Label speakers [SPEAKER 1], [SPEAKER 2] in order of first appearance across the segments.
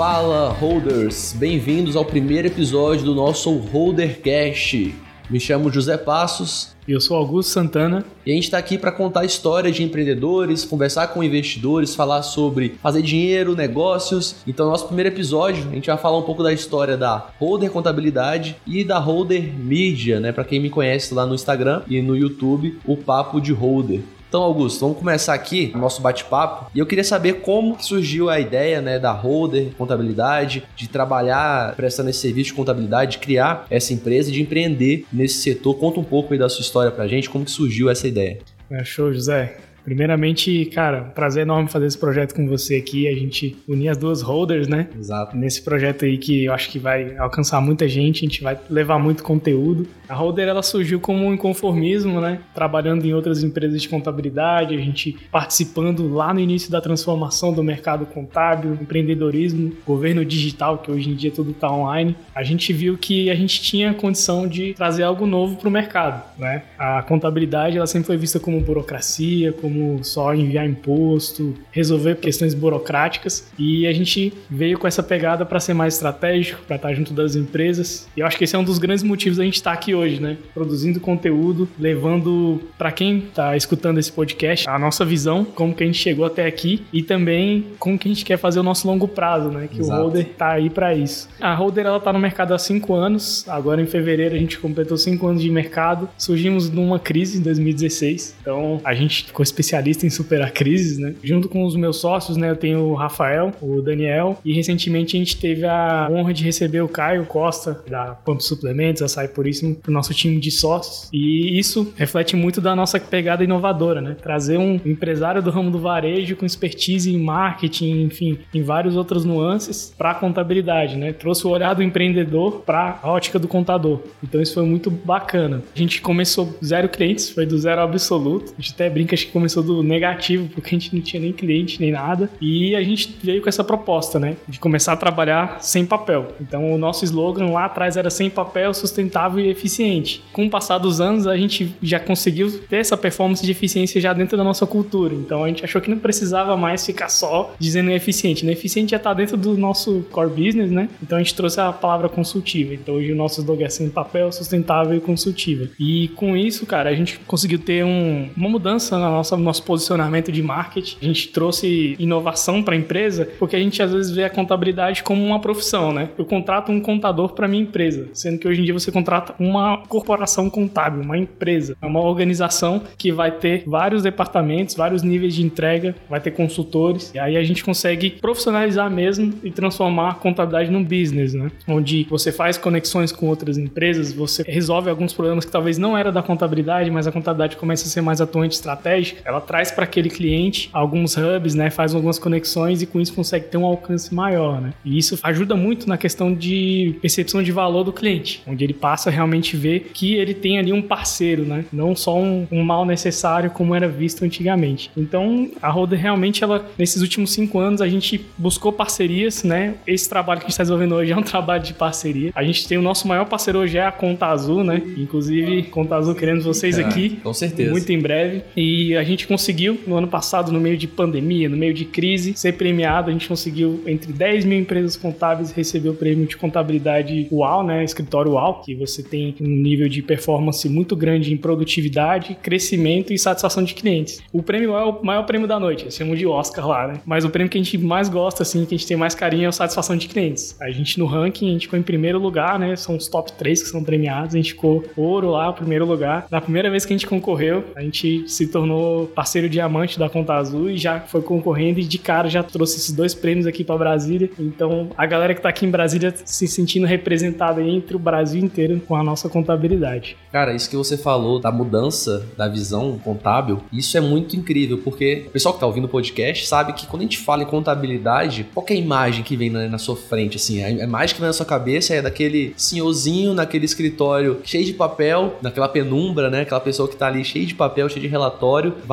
[SPEAKER 1] Fala, holders! Bem-vindos ao primeiro episódio do nosso Holdercast. Me chamo José Passos.
[SPEAKER 2] Eu sou Augusto Santana.
[SPEAKER 1] E a gente está aqui para contar histórias de empreendedores, conversar com investidores, falar sobre fazer dinheiro, negócios. Então, no nosso primeiro episódio, a gente vai falar um pouco da história da Holder Contabilidade e da Holder Mídia, né? Para quem me conhece lá no Instagram e no YouTube, o Papo de Holder. Então, Augusto, vamos começar aqui o nosso bate-papo. E eu queria saber como que surgiu a ideia, né, da Holder Contabilidade, de trabalhar prestando esse serviço de contabilidade, de criar essa empresa e de empreender nesse setor. Conta um pouco aí da sua história pra gente, como que surgiu essa ideia.
[SPEAKER 2] Show, José. Primeiramente, cara, prazer enorme fazer esse projeto com você aqui, a gente unir as duas holders, né?
[SPEAKER 1] Exato.
[SPEAKER 2] Nesse projeto aí que eu acho que vai alcançar muita gente, a gente vai levar muito conteúdo. A holder, ela surgiu como um inconformismo, né? Trabalhando em outras empresas de contabilidade, a gente participando lá no início da transformação do mercado contábil, empreendedorismo, governo digital, que hoje em dia tudo tá online. A gente viu que a gente tinha condição de trazer algo novo para o mercado, né? A contabilidade, ela sempre foi vista como burocracia, como só enviar imposto, resolver questões burocráticas, e a gente veio com essa pegada para ser mais estratégico, para estar junto das empresas, e eu acho que esse é um dos grandes motivos da gente estar aqui hoje, né? Produzindo conteúdo, levando para quem está escutando esse podcast a nossa visão, como que a gente chegou até aqui, e também como que a gente quer fazer o nosso longo prazo, né? Que Exato. O Holder tá aí para isso. A Holder, ela tá no mercado há 5 anos, agora em fevereiro a gente completou 5 anos de mercado, surgimos numa crise em 2016, então a gente ficou especialista em superar crises, né? Junto com os meus sócios, né? Eu tenho o Rafael, o Daniel, e recentemente a gente teve a honra de receber o Caio Costa, da Pump Suplementos, Açaí Puríssimo, pro nosso time de sócios. E isso reflete muito da nossa pegada inovadora, né? Trazer um empresário do ramo do varejo com expertise em marketing, enfim, em várias outras nuances para a contabilidade, né? Trouxe o olhar do empreendedor para a ótica do contador. Então isso foi muito bacana. A gente começou 0 clientes, foi do zero absoluto. A gente até brinca, acho que começou do negativo, porque a gente não tinha nem cliente, nem nada. E a gente veio com essa proposta, né? De começar a trabalhar sem papel. Então, o nosso slogan lá atrás era sem papel, sustentável e eficiente. Com o passar dos anos, a gente já conseguiu ter essa performance de eficiência já dentro da nossa cultura. Então, a gente achou que não precisava mais ficar só dizendo eficiente. Eficiente já está dentro do nosso core business, né? Então, a gente trouxe a palavra consultiva. Então, hoje o nosso slogan é sem papel, sustentável e consultiva. E com isso, cara, a gente conseguiu ter uma mudança na nosso posicionamento de marketing. A gente trouxe inovação para a empresa, porque a gente às vezes vê a contabilidade como uma profissão, né? Eu contrato um contador para minha empresa, sendo que hoje em dia você contrata uma corporação contábil, uma empresa, uma organização que vai ter vários departamentos, vários níveis de entrega, vai ter consultores, e aí a gente consegue profissionalizar mesmo e transformar a contabilidade num business, né? Onde você faz conexões com outras empresas, você resolve alguns problemas que talvez não era da contabilidade, mas a contabilidade começa a ser mais atuante estratégica. Ela traz para aquele cliente alguns hubs, né? Faz algumas conexões e com isso consegue ter um alcance maior, né? E isso ajuda muito na questão de percepção de valor do cliente, onde ele passa a realmente ver que ele tem ali um parceiro, né? Não só um mal necessário como era visto antigamente. Então, a Holder realmente, nesses últimos 5 anos, a gente buscou parcerias, né? Esse trabalho que a gente está desenvolvendo hoje é um trabalho de parceria. A gente tem o nosso maior parceiro hoje é a Conta Azul, né? Inclusive, Conta Azul querendo vocês aqui.
[SPEAKER 1] Com certeza.
[SPEAKER 2] Muito em breve. E a gente conseguiu, no ano passado, no meio de pandemia, no meio de crise, ser premiado. A gente conseguiu, entre 10 mil empresas contábeis, receber o prêmio de contabilidade UAU, né? Escritório UAU, que você tem um nível de performance muito grande em produtividade, crescimento e satisfação de clientes. O prêmio é o maior prêmio da noite, eles chamam de Oscar lá, né? Mas o prêmio que a gente mais gosta, assim, que a gente tem mais carinho é a satisfação de clientes. A gente no ranking, a gente ficou em primeiro lugar, né? São os top 3 que são premiados, a gente ficou ouro lá, primeiro lugar. Na primeira vez que a gente concorreu, a gente se tornou parceiro diamante da Conta Azul e já foi concorrendo e de cara já trouxe esses 2 prêmios aqui para Brasília. Então, a galera que tá aqui em Brasília se sentindo representada entre o Brasil inteiro com a nossa contabilidade.
[SPEAKER 1] Cara, isso que você falou da mudança da visão contábil, isso é muito incrível, porque o pessoal que tá ouvindo o podcast sabe que quando a gente fala em contabilidade, qual que é a imagem que vem na sua frente, assim? A imagem que vem na sua cabeça é daquele senhorzinho naquele escritório cheio de papel, naquela penumbra, né? Aquela pessoa que tá ali cheio de papel, cheio de relatório, vários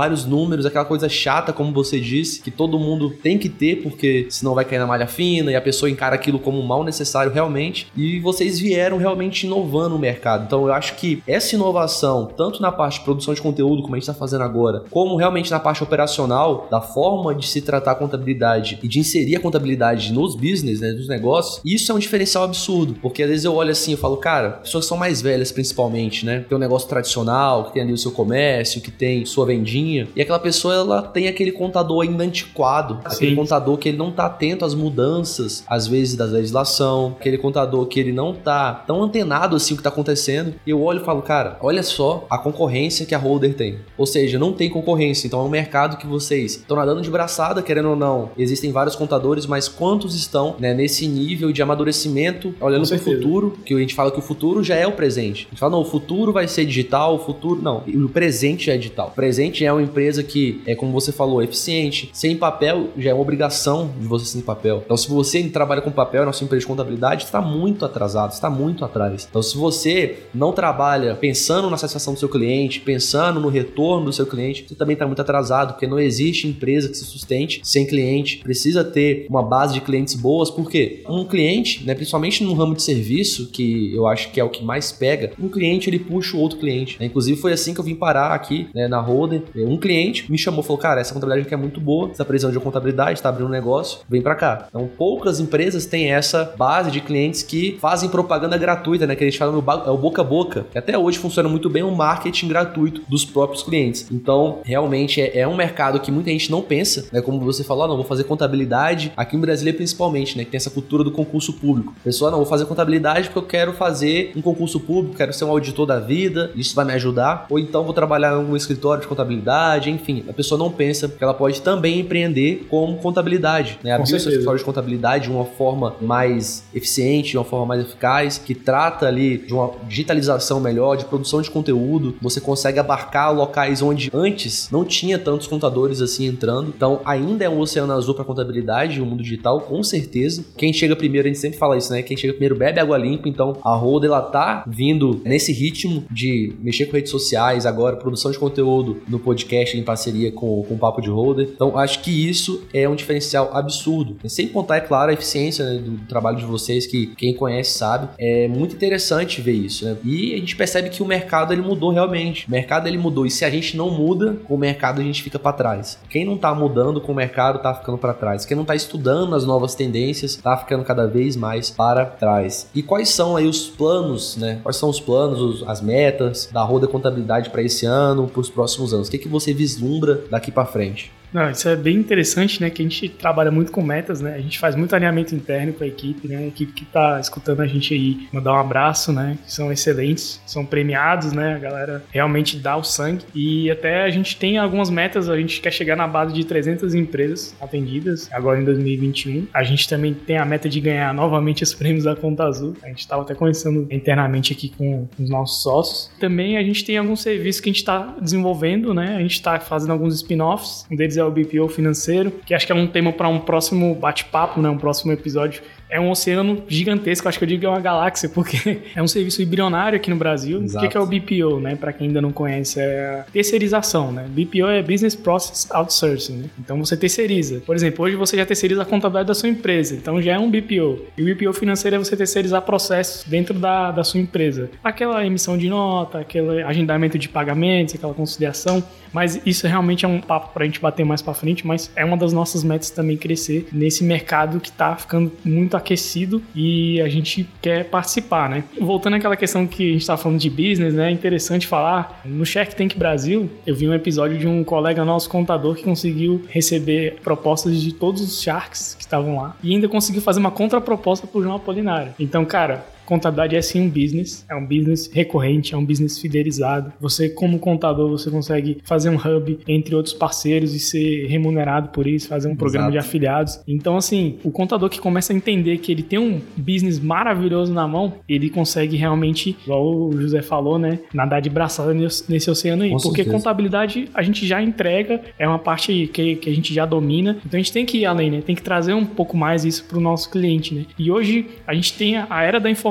[SPEAKER 1] vários números, aquela coisa chata, como você disse, que todo mundo tem que ter, porque senão vai cair na malha fina e a pessoa encara aquilo como um mal necessário realmente. E vocês vieram realmente inovando o mercado. Então eu acho que essa inovação, tanto na parte de produção de conteúdo, como a gente está fazendo agora, como realmente na parte operacional, da forma de se tratar a contabilidade e de inserir a contabilidade nos business, né, nos negócios, isso é um diferencial absurdo. Porque às vezes eu olho assim e falo, cara, pessoas que são mais velhas principalmente, né? Tem um negócio tradicional, que tem ali o seu comércio, que tem sua vendinha, e aquela pessoa, ela tem aquele contador ainda antiquado, aquele contador que ele não tá atento às mudanças, às vezes, da legislação, aquele contador que ele não tá tão antenado assim o que tá acontecendo, e eu olho e falo, cara, olha só a concorrência que a Holder tem. Ou seja, não tem concorrência, então é um mercado que vocês estão nadando de braçada, querendo ou não. Existem vários contadores, mas quantos estão, né, nesse nível de amadurecimento, olhando pro futuro, que a gente fala que o futuro já é o presente. A gente fala, não, o futuro vai ser digital, o futuro... Não, o presente já é digital. O presente é uma empresa que, como você falou, é eficiente. Sem papel já é uma obrigação de você ser em papel. Então, se você trabalha com papel na sua empresa de contabilidade, você está muito atrasado, você está muito atrás. Então, se você não trabalha pensando na satisfação do seu cliente, pensando no retorno do seu cliente, você também está muito atrasado, porque não existe empresa que se sustente sem cliente. Precisa ter uma base de clientes boas, porque um cliente, né, principalmente no ramo de serviço, que eu acho que é o que mais pega, um cliente ele puxa o outro cliente, né? Inclusive foi assim que eu vim parar aqui, né, na Holder. Um cliente me chamou, falou, cara, essa contabilidade aqui é muito boa, você tá precisando de contabilidade, tá abrindo um negócio, vem pra cá. Então poucas empresas têm essa base de clientes que fazem propaganda gratuita, né, que a gente fala é o boca a boca, que até hoje funciona muito bem o marketing gratuito dos próprios clientes. Então realmente é um mercado que muita gente não pensa, né, como você falou, não, vou fazer contabilidade, aqui em Brasília principalmente, né, que tem essa cultura do concurso público. A pessoa, não, vou fazer contabilidade porque eu quero fazer um concurso público, quero ser um auditor da vida, isso vai me ajudar, ou então vou trabalhar em um escritório de contabilidade, enfim, a pessoa não pensa que ela pode também empreender com contabilidade, né, abrir o seu escritório de contabilidade de uma forma mais eficiente, de uma forma mais eficaz, que trata ali de uma digitalização melhor, de produção de conteúdo, você consegue abarcar locais onde antes não tinha tantos contadores assim entrando, então ainda é um oceano azul para contabilidade, o mundo digital, com certeza. Quem chega primeiro, a gente sempre fala isso, né, quem chega primeiro bebe água limpa, então a Holder, ela tá vindo nesse ritmo de mexer com redes sociais, agora produção de conteúdo no podcast em parceria com o Papo de Holder, então acho que isso é um diferencial absurdo, sem contar, é claro, a eficiência, né, do trabalho de vocês, que quem conhece sabe, é muito interessante ver isso, né? E a gente percebe que o mercado ele mudou realmente, o mercado ele mudou, e se a gente não muda com o mercado, a gente fica para trás. Quem não tá mudando com o mercado tá ficando para trás, quem não tá estudando as novas tendências tá ficando cada vez mais para trás. E quais são aí os planos, né? Quais são os planos, as metas da Holder Contabilidade para esse ano, para os próximos anos? O que você vislumbra daqui para frente?
[SPEAKER 2] Não, isso é bem interessante, né, que a gente trabalha muito com metas, né, a gente faz muito alinhamento interno com a equipe, né, a equipe que tá escutando a gente aí, mandar um abraço, né, que são excelentes, são premiados, né, a galera realmente dá o sangue, e até a gente tem algumas metas, a gente quer chegar na base de 300 empresas atendidas, agora em 2021, a gente também tem a meta de ganhar novamente os prêmios da Conta Azul, a gente estava até conversando internamente aqui com os nossos sócios, também a gente tem alguns serviços que a gente está desenvolvendo, né, a gente está fazendo alguns spin-offs, um deles é o BPO financeiro, que acho que é um tema para um próximo bate-papo, né? Um próximo episódio. É um oceano gigantesco, acho que eu digo que é uma galáxia, porque é um serviço embrionário aqui no Brasil. Exato. O que é o BPO, né? Para quem ainda não conhece, é a terceirização, né? BPO é Business Process Outsourcing, né? Então você terceiriza. Por exemplo, hoje você já terceiriza a contabilidade da sua empresa, então já é um BPO. E o BPO financeiro é você terceirizar processos dentro da sua empresa. Aquela emissão de nota, aquele agendamento de pagamentos, aquela conciliação. Mas isso realmente é um papo pra gente bater mais pra frente, mas é uma das nossas metas também crescer nesse mercado que tá ficando muito aquecido e a gente quer participar, né? Voltando àquela questão que a gente tava falando de business, né? É interessante falar, no Shark Tank Brasil, eu vi um episódio de um colega nosso contador que conseguiu receber propostas de todos os Sharks que estavam lá e ainda conseguiu fazer uma contraproposta pro João Apolinário. Então, cara, contabilidade é sim um business recorrente, é um business fidelizado. Você, como contador, você consegue fazer um hub entre outros parceiros e ser remunerado por isso, fazer um programa de afiliados. Então, assim, o contador que começa a entender que ele tem um business maravilhoso na mão, ele consegue realmente, igual o José falou, né, nadar de braçada nesse oceano aí. Porque contabilidade a gente já entrega, é uma parte que a gente já domina, então a gente tem que ir além, né, tem que trazer um pouco mais isso para o nosso cliente, né. E hoje a gente tem a era da informação,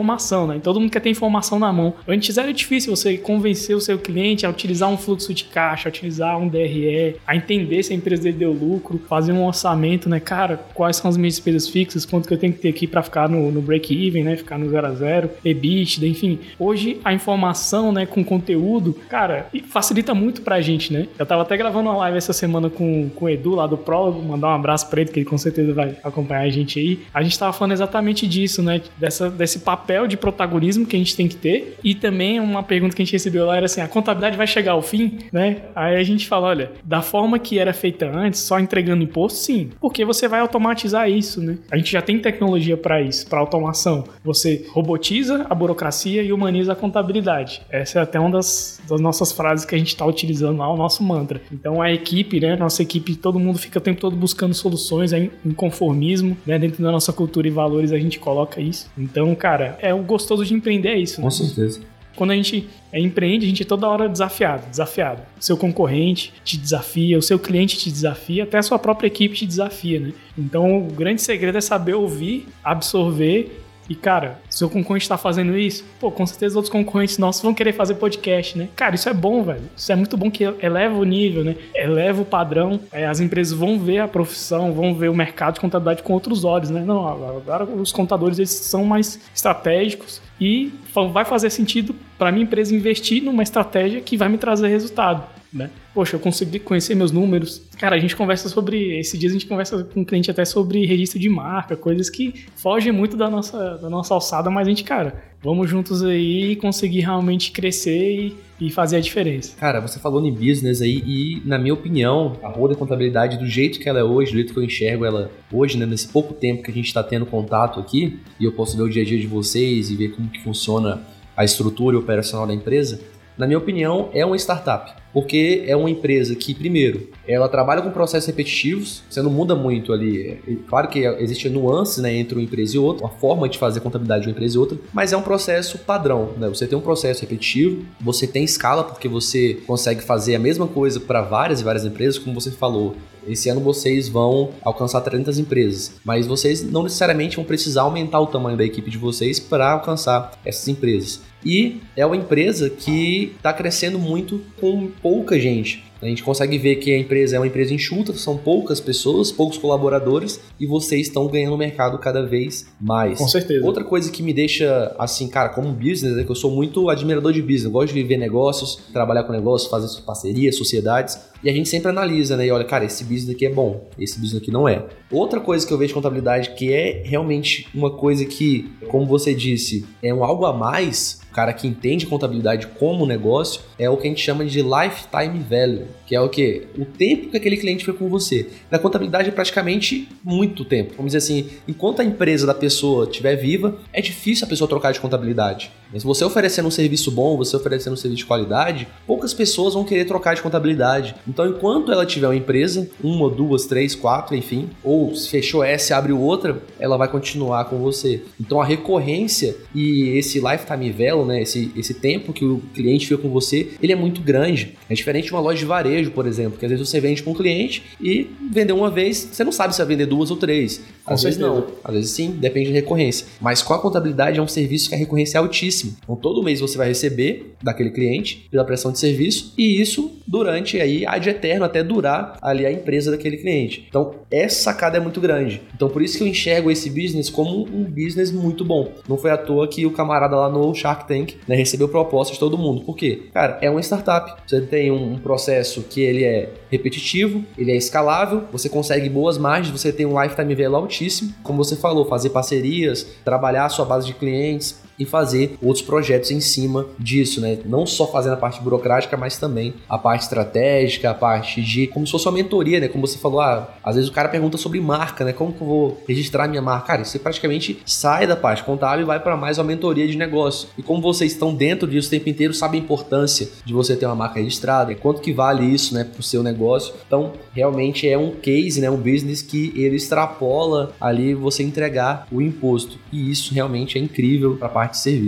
[SPEAKER 2] informação, né? E todo mundo quer ter informação na mão. Antes era difícil você convencer o seu cliente a utilizar um fluxo de caixa, a utilizar um DRE, a entender se a empresa dele deu lucro, fazer um orçamento, né? Cara, quais são as minhas despesas fixas, quanto que eu tenho que ter aqui para ficar no break-even, né? Ficar no 0 a 0, EBITDA, enfim. Hoje, a informação, né, com conteúdo, cara, facilita muito pra gente, né? Eu tava até gravando uma live essa semana com o Edu, lá do Prólogo, mandar um abraço pra ele, que ele com certeza vai acompanhar a gente aí. A gente tava falando exatamente disso, né? Desse papel de protagonismo que a gente tem que ter. E também uma pergunta que a gente recebeu lá era assim, a contabilidade vai chegar ao fim, né? Aí a gente fala, olha, da forma que era feita antes, só entregando imposto, sim. Porque você vai automatizar isso, né? A gente já tem tecnologia para isso, para automação. Você robotiza a burocracia e humaniza a contabilidade. Essa é até uma das nossas frases que a gente está utilizando lá, o nosso mantra. Então a equipe, né? Nossa equipe, todo mundo fica o tempo todo buscando soluções, inconformismo, né? Dentro da nossa cultura e valores a gente coloca isso. Então, cara, o gostoso de empreender é isso, né?
[SPEAKER 1] Com certeza.
[SPEAKER 2] Quando a gente empreende, a gente é toda hora desafiado. O seu concorrente te desafia, o seu cliente te desafia, até a sua própria equipe te desafia, né? Então, o grande segredo é saber ouvir, absorver. E, cara, se o concorrente está fazendo isso, pô, com certeza outros concorrentes nossos vão querer fazer podcast, né? Cara, isso é bom, velho. Isso é muito bom que eleva o nível, né? Eleva o padrão. As empresas vão ver a profissão, vão ver o mercado de contabilidade com outros olhos, né? Não, agora os contadores, eles são mais estratégicos e vai fazer sentido para minha empresa investir numa estratégia que vai me trazer resultado, né? Poxa, eu consegui conhecer meus números. Cara, a gente conversa sobre... Esses dias a gente conversa com o cliente até sobre registro de marca, coisas que fogem muito da nossa alçada, mas a gente, cara, vamos juntos aí conseguir realmente crescer e fazer a diferença.
[SPEAKER 1] Cara, você falou em business aí e, na minha opinião, a Holder Contabilidade, do jeito que ela é hoje, do jeito que eu enxergo ela hoje, né, nesse pouco tempo que a gente está tendo contato aqui, e eu posso ver o dia a dia de vocês e ver como que funciona a estrutura operacional da empresa, na minha opinião, é uma startup. Porque é uma empresa que, primeiro, ela trabalha com processos repetitivos, você não muda muito ali. Claro que existe nuance, né, entre uma empresa e outra, uma forma de fazer contabilidade de uma empresa e outra, mas é um processo padrão, né? Você tem um processo repetitivo, você tem escala, porque você consegue fazer a mesma coisa para várias e várias empresas, como você falou. Esse ano vocês vão alcançar 300 empresas, mas vocês não necessariamente vão precisar aumentar o tamanho da equipe de vocês para alcançar essas empresas. E é uma empresa que está crescendo muito com pouca gente. A gente consegue ver que a empresa é uma empresa enxuta, são poucas pessoas, poucos colaboradores, e vocês estão ganhando o mercado cada vez mais.
[SPEAKER 2] Com certeza.
[SPEAKER 1] Outra coisa que me deixa, assim, cara, como business, é que eu sou muito admirador de business. Eu gosto de viver negócios, trabalhar com negócios, fazer parcerias, sociedades, e a gente sempre analisa, né? E olha, cara, esse business aqui é bom, esse business aqui não é. Outra coisa que eu vejo de contabilidade que é realmente uma coisa que, como você disse, é um algo a mais, o cara que entende contabilidade como negócio, é o que a gente chama de lifetime value, que é o quê? O tempo que aquele cliente foi com você. Na contabilidade é praticamente muito tempo. Vamos dizer assim, enquanto a empresa da pessoa estiver viva, é difícil a pessoa trocar de contabilidade. Mas se você oferecendo um serviço bom, você oferecendo um serviço de qualidade, poucas pessoas vão querer trocar de contabilidade. Então, enquanto ela tiver uma empresa, 1, 2, 3, 4, enfim, ou se fechou essa e abriu outra, ela vai continuar com você. Então, a recorrência e esse lifetime value, né, esse tempo que o cliente fica com você, ele é muito grande. É diferente de uma loja de varejo, por exemplo, que às vezes você vende para um cliente e vendeu uma vez, você não sabe se vai vender 2 ou 3. Às vezes não, às vezes sim, depende da recorrência. Mas com a contabilidade é um serviço que a recorrência é altíssima. Então todo mês você vai receber daquele cliente pela prestação de serviço e isso durante aí ad eterno até durar ali a empresa daquele cliente. Então essa sacada é muito grande. Então por isso que eu enxergo esse business como um business muito bom. Não foi à toa que o camarada lá no Shark Tank, né, recebeu propostas de todo mundo. Por quê? Cara, é uma startup. Você tem um processo que ele é repetitivo, ele é escalável, você consegue boas margens, você tem um lifetime value altíssimo. Como você falou, fazer parcerias, trabalhar a sua base de clientes e fazer outros projetos em cima disso, né? Não só fazendo a parte burocrática, mas também a parte estratégica, a parte de como se fosse uma mentoria, né? Como você falou, às vezes o cara pergunta sobre marca, né? Como que eu vou registrar minha marca? Cara, você praticamente sai da parte contábil e vai para mais uma mentoria de negócio. E como vocês estão dentro disso o tempo inteiro, sabem a importância de você ter uma marca registrada, quanto que vale isso, né, pro seu negócio. Então, realmente é um case, né, um business que ele extrapola ali você entregar o imposto. E isso realmente é incrível para a parte de serviço.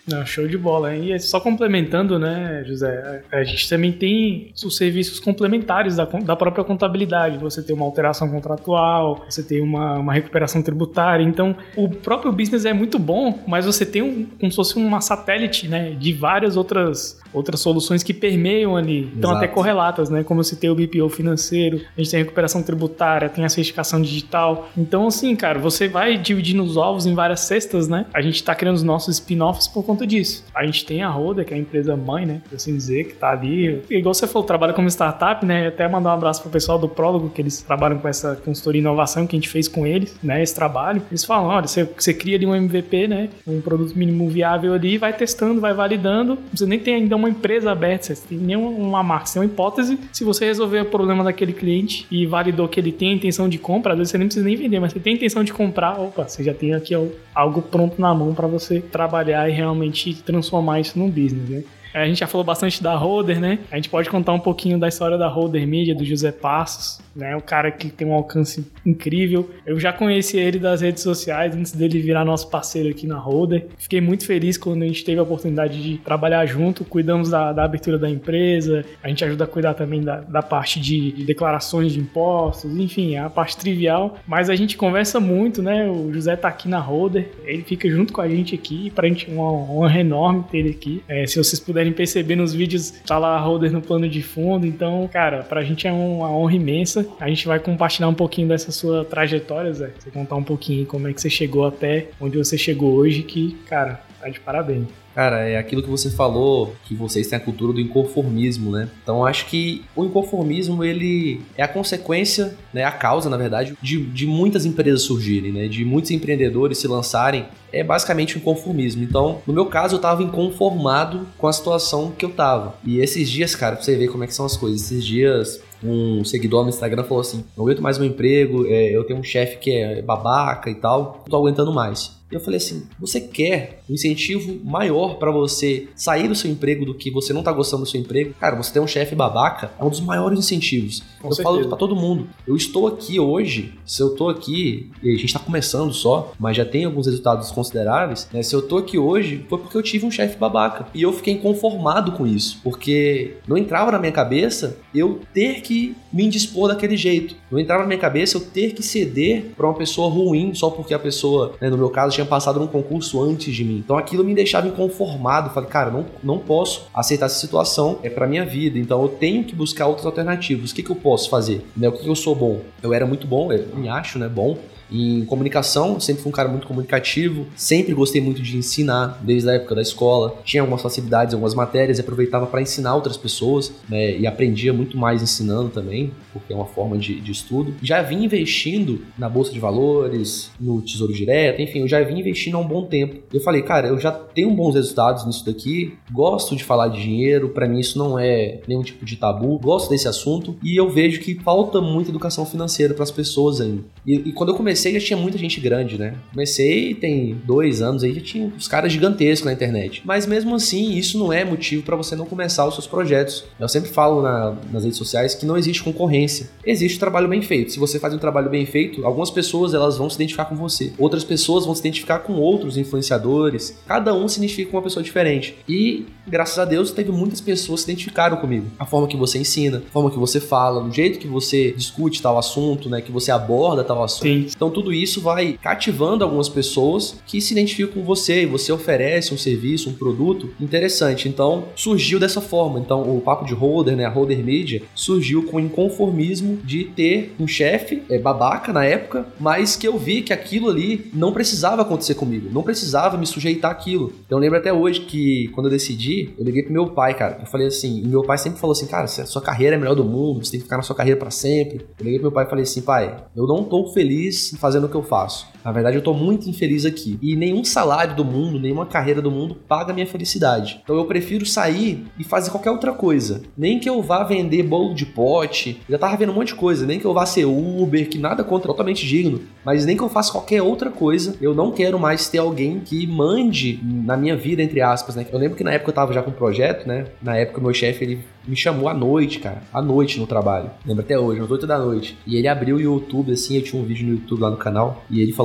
[SPEAKER 2] Não, show de bola. E só complementando, né, José, a gente também tem os serviços complementares da própria contabilidade. Você tem uma alteração contratual, você tem uma recuperação tributária. Então, o próprio business é muito bom, mas você tem como se fosse uma satélite, né, de várias outras soluções que permeiam ali. Então, até correlatas, né, como eu citei o BPO financeiro, a gente tem a recuperação tributária, tem a certificação digital. Então, assim, cara, você vai dividindo os ovos em várias cestas, né? A gente tá criando os nossos spin-offs por conta disso. A gente tem a Holder, que é a empresa mãe, né, por assim dizer, que tá ali. Igual você falou, trabalha como startup, né? Até mandar um abraço pro pessoal do Prólogo, que eles trabalham com essa consultoria e inovação que a gente fez com eles, né? Esse trabalho. Eles falam, olha, você cria ali um MVP, né? Um produto mínimo viável ali, vai testando, vai validando. Você nem tem ainda uma empresa aberta, você tem nenhuma marca, você tem uma hipótese. Se você resolver o problema daquele cliente e validou que ele tem a intenção de compra, às vezes você nem precisa nem vender, mas você tem a intenção de comprar, opa, você já tem aqui algo pronto na mão para você trabalhar e realmente transformar isso num business, né? A gente já falou bastante da Holder, né? A gente pode contar um pouquinho da história da Holder Media, do José Passos, né? O cara que tem um alcance incrível. Eu já conheci ele das redes sociais antes dele virar nosso parceiro aqui na Holder. Fiquei muito feliz quando a gente teve a oportunidade de trabalhar junto. Cuidamos da abertura da empresa. A gente ajuda a cuidar também da parte de declarações de impostos. Enfim, é a parte trivial. Mas a gente conversa muito, né? O José tá aqui na Holder. Ele fica junto com a gente aqui. Pra gente é uma honra enorme ter ele aqui. Se vocês puderem perceber nos vídeos, tá lá a Holder no plano de fundo. Então, cara, pra gente é uma honra imensa. A gente vai compartilhar um pouquinho dessa sua trajetória, Zé. Você contar um pouquinho como é que você chegou até onde você chegou hoje, que, cara, tá de parabéns.
[SPEAKER 1] Cara, é aquilo que você falou, que vocês têm a cultura do inconformismo, né? Então, acho que o inconformismo, ele é a consequência, né? A causa, na verdade, de muitas empresas surgirem, né? De muitos empreendedores se lançarem. É basicamente o inconformismo. Então, no meu caso, eu tava inconformado com a situação que eu tava. E esses dias, cara, pra você ver como é que são as coisas, esses dias um seguidor no Instagram falou assim, não aguento mais meu emprego, eu tenho um chefe que é babaca e tal, não tô aguentando mais. E eu falei assim, você quer um incentivo maior pra você sair do seu emprego do que você não tá gostando do seu emprego? Cara, você ter um chefe babaca é um dos maiores incentivos. Eu falo pra todo mundo, eu estou aqui hoje, se eu tô aqui, e a gente tá começando só, mas já tem alguns resultados consideráveis, né? Se eu tô aqui hoje, foi porque eu tive um chefe babaca. E eu fiquei inconformado com isso, porque não entrava na minha cabeça eu ter que me indispor daquele jeito. Não entrava na minha cabeça eu ter que ceder pra uma pessoa ruim, só porque a pessoa, né, no meu caso, tinha passado num concurso antes de mim. Então aquilo me deixava inconformado. Falei, cara, não posso aceitar essa situação, é pra minha vida. Então eu tenho que buscar outras alternativas. O que eu posso fazer? Né? O que eu sou bom? Eu era muito bom, eu me acho, né, bom. Em comunicação, sempre fui um cara muito comunicativo, sempre gostei muito de ensinar, desde a época da escola. Tinha algumas facilidades, algumas matérias e aproveitava para ensinar outras pessoas, né? E aprendia muito mais ensinando também, porque é uma forma de estudo. Já vim investindo na Bolsa de Valores, no Tesouro Direto, enfim, eu já vim investindo há um bom tempo. Eu falei, cara, eu já tenho bons resultados nisso daqui, gosto de falar de dinheiro, para mim isso não é nenhum tipo de tabu, gosto desse assunto e eu vejo que falta muita educação financeira para as pessoas ainda. E quando eu comecei, já tinha muita gente grande, né? Comecei tem 2 anos aí, já tinha uns caras gigantescos na internet. Mas mesmo assim, isso não é motivo para você não começar os seus projetos. Eu sempre falo nas redes sociais que não existe concorrência. Existe trabalho bem feito. Se você faz um trabalho bem feito, algumas pessoas elas vão se identificar com você. Outras pessoas vão se identificar com outros influenciadores. Cada um se identifica com uma pessoa diferente. E, graças a Deus, teve muitas pessoas que se identificaram comigo. A forma que você ensina, a forma que você fala, o jeito que você discute tal assunto, né? Que você aborda tal assunto. Sim. Então, tudo isso vai cativando algumas pessoas que se identificam com você e você oferece um serviço, um produto interessante. Então, surgiu dessa forma. Então, o papo de Holder, né, a Holder Media, surgiu com o inconformismo de ter um chefe babaca na época, mas que eu vi que aquilo ali não precisava acontecer comigo, não precisava me sujeitar àquilo. Então, eu lembro até hoje que, quando eu decidi, eu liguei pro meu pai, cara. Eu falei assim, e meu pai sempre falou assim, cara, sua carreira é a melhor do mundo, você tem que ficar na sua carreira pra sempre. Eu liguei pro meu pai e falei assim, pai, eu não tô feliz fazendo o que eu faço. Na verdade, eu tô muito infeliz aqui. E nenhum salário do mundo, nenhuma carreira do mundo paga a minha felicidade. Então eu prefiro sair e fazer qualquer outra coisa. Nem que eu vá vender bolo de pote. Eu já tava vendo um monte de coisa. Nem que eu vá ser Uber, que nada contra, totalmente digno. Mas nem que eu faça qualquer outra coisa. Eu não quero mais ter alguém que mande na minha vida, entre aspas, né? Eu lembro que na época eu tava já com um projeto, né? Na época o meu chefe, ele me chamou à noite, cara. À noite no trabalho. Lembro até hoje, às 8 da noite. E ele abriu o YouTube, assim, eu tinha um vídeo no YouTube lá no canal. E ele falou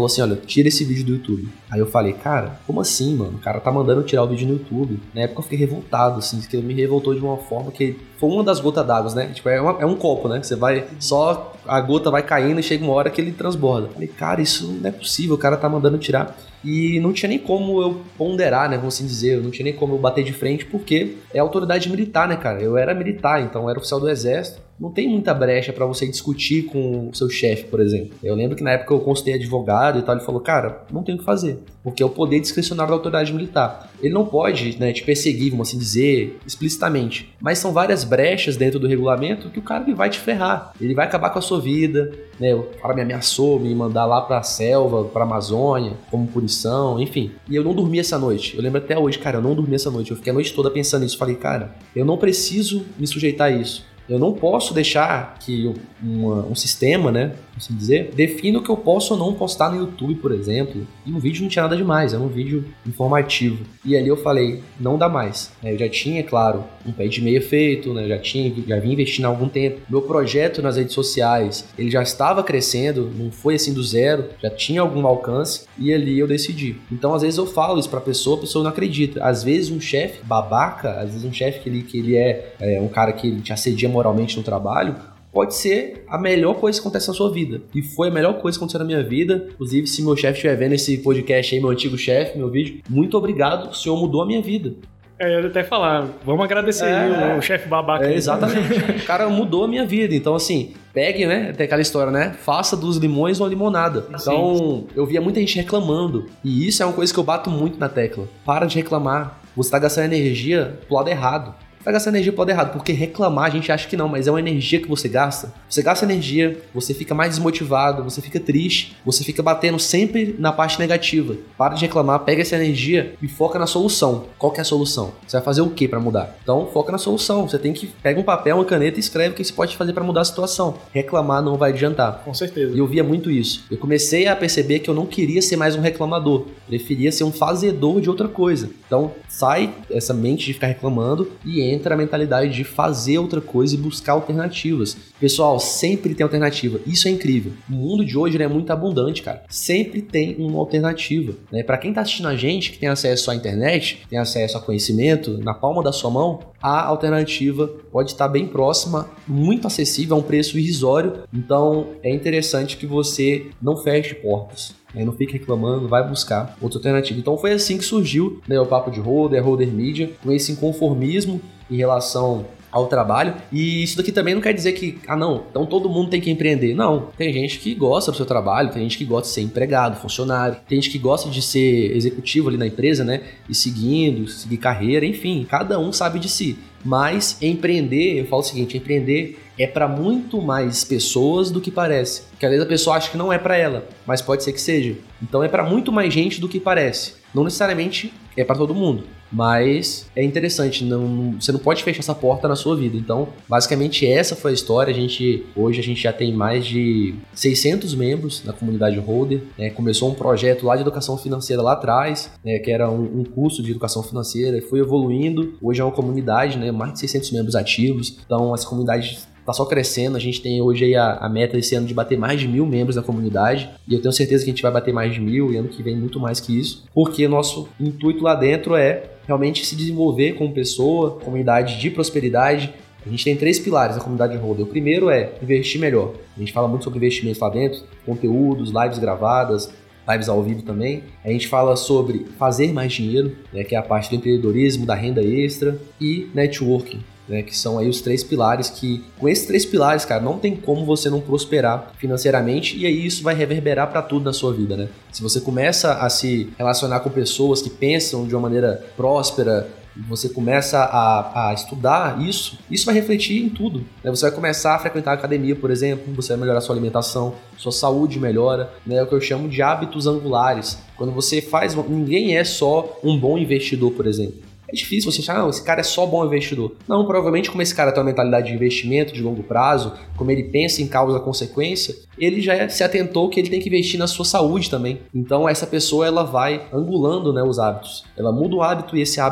[SPEAKER 1] assim, olha, tira esse vídeo do YouTube. Aí eu falei, cara, como assim, mano? O cara tá mandando tirar o vídeo no YouTube. Na época eu fiquei revoltado, assim, porque me revoltou de uma forma que foi uma das gotas d'água, né? Tipo, é um copo, né? Você vai, só a gota vai caindo e chega uma hora que ele transborda. Falei, cara, isso não é possível, o cara tá mandando tirar. E não tinha nem como eu ponderar, né, vamos assim dizer, não tinha nem como eu bater de frente, porque é autoridade militar, né, cara? Eu era militar, então eu era oficial do exército. Não tem muita brecha pra você discutir com o seu chefe, por exemplo. Eu lembro que na época eu consultei advogado e tal, ele falou, cara, não tem o que fazer, porque é o poder discricionário da autoridade militar. Ele não pode, né, te perseguir, vamos assim dizer, explicitamente. Mas são várias brechas dentro do regulamento que o cara ele vai te ferrar. Ele vai acabar com a sua vida, né? O cara me ameaçou, me mandar lá pra selva, pra Amazônia, como punição, enfim. E eu não dormi essa noite. Eu lembro até hoje, cara, eu não dormi essa noite. Eu fiquei a noite toda pensando nisso. Falei, cara, eu não preciso me sujeitar a isso. Eu não posso deixar que um sistema, né, assim dizer, defina o que eu posso ou não postar no YouTube, por exemplo. E um vídeo não tinha nada demais, era um vídeo informativo. E ali eu falei, não dá mais. Eu já tinha, claro, um pé de meia feito, né, já vim investindo há algum tempo. Meu projeto nas redes sociais, ele já estava crescendo, não foi assim do zero, já tinha algum alcance, e ali eu decidi. Então, às vezes eu falo isso pra pessoa, a pessoa não acredita. Às vezes um chefe babaca, às vezes um chefe que ele é um cara que ele te assedia moralmente no trabalho, pode ser a melhor coisa que acontece na sua vida. E foi a melhor coisa que aconteceu na minha vida. Inclusive, se meu chefe estiver vendo esse podcast aí, meu antigo chefe, meu vídeo, muito obrigado, o senhor mudou a minha vida.
[SPEAKER 2] Eu ia até falar, vamos agradecer o chefe babaca.
[SPEAKER 1] Exatamente. O cara mudou a minha vida. Então, assim, pegue, né? Tem aquela história, né? Faça dos limões uma limonada. Então, eu via muita gente reclamando. E isso é uma coisa que eu bato muito na tecla. Para de reclamar. Você tá gastando energia pro lado errado. Vai gastar energia pro lado errado, porque reclamar a gente acha que não, mas é uma energia que você gasta. Você gasta energia, você fica mais desmotivado, você fica triste, você fica batendo sempre na parte negativa. Para de reclamar, pega essa energia e foca na solução. Qual que é a solução? Você vai fazer o que para mudar? Então, foca na solução. Você tem que pegar um papel, uma caneta e escreve o que você pode fazer para mudar a situação. Reclamar não vai adiantar.
[SPEAKER 2] Com certeza.
[SPEAKER 1] E eu via muito isso. Eu comecei a perceber que eu não queria ser mais um reclamador. Preferia ser um fazedor de outra coisa. Então, sai essa mente de ficar reclamando e entra a mentalidade de fazer outra coisa e buscar alternativas. Pessoal, sempre tem alternativa. Isso é incrível. O mundo de hoje é muito abundante, cara. Sempre tem uma alternativa, né? Para quem tá assistindo a gente, que tem acesso à internet, tem acesso a conhecimento na palma da sua mão, a alternativa pode estar bem próxima, muito acessível, a um preço irrisório. Então, é interessante que você não feche portas. Não fique reclamando, vai buscar outra alternativa. Então foi assim que surgiu, né, o Papo de Holder, Holder Media, com esse inconformismo em relação ao trabalho. E isso daqui também não quer dizer que, não, então todo mundo tem que empreender. Não, tem gente que gosta do seu trabalho, tem gente que gosta de ser empregado, funcionário, tem gente que gosta de ser executivo ali na empresa, né, e seguir carreira, enfim, cada um sabe de si. Mas empreender, eu falo o seguinte, empreender é para muito mais pessoas do que parece. Porque às vezes a pessoa acha que não é para ela, mas pode ser que seja. Então é para muito mais gente do que parece. Não necessariamente é para todo mundo, mas é interessante, você não pode fechar essa porta na sua vida. Então, basicamente essa foi a história. Hoje a gente já tem mais de 600 membros na comunidade Holder, né? Começou um projeto lá de educação financeira lá atrás, né? Que era um curso de educação financeira, e foi evoluindo. Hoje é uma comunidade, né? Mais de 600 membros ativos. Então, essa comunidade tá só crescendo. A gente tem hoje aí a meta esse ano de bater mais de 1.000 membros na comunidade, e eu tenho certeza que a gente vai bater mais de 1.000 e ano que vem muito mais que isso, porque nosso intuito lá dentro é realmente se desenvolver como pessoa, comunidade de prosperidade. A gente tem 3 pilares na comunidade Holder. O primeiro é investir melhor. A gente fala muito sobre investimentos lá dentro, conteúdos, lives gravadas, lives ao vivo também. A gente fala sobre fazer mais dinheiro, né, que é a parte do empreendedorismo, da renda extra, e networking, né, que são aí os 3 pilares que, com esses 3 pilares, cara, não tem como você não prosperar financeiramente, e aí isso vai reverberar para tudo na sua vida, né? Se você começa a se relacionar com pessoas que pensam de uma maneira próspera, você começa a estudar isso vai refletir em tudo, né? Você vai começar a frequentar a academia, por exemplo, você vai melhorar sua alimentação, sua saúde melhora, né? É o que eu chamo de hábitos angulares. Quando você faz, ninguém é só um bom investidor, por exemplo. É difícil você achar, esse cara é só bom investidor. Não, provavelmente como esse cara tem uma mentalidade de investimento de longo prazo, como ele pensa em causa-consequência, ele já se atentou que ele tem que investir na sua saúde também. Então essa pessoa, ela vai angulando, né, os hábitos. Ela muda o hábito e esse hábito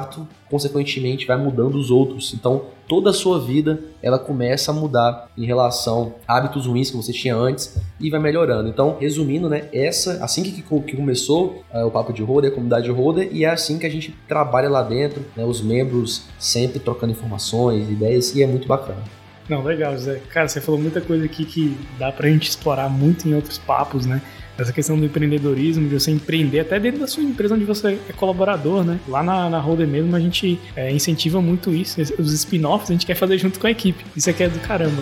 [SPEAKER 1] consequentemente vai mudando os outros. Então, toda a sua vida, ela começa a mudar em relação a hábitos ruins que você tinha antes e vai melhorando. Então, resumindo, né, assim que começou o Papo de Holder, a comunidade Holder, e é assim que a gente trabalha lá dentro, né, os membros sempre trocando informações, ideias, e é muito bacana.
[SPEAKER 2] Não, legal, Zé. Cara, você falou muita coisa aqui que dá pra gente explorar muito em outros papos, né? Essa questão do empreendedorismo, de você empreender até dentro da sua empresa onde você é colaborador, né? Lá na Holder mesmo a gente incentiva muito isso. Os spin-offs a gente quer fazer junto com a equipe. Isso aqui é do caramba.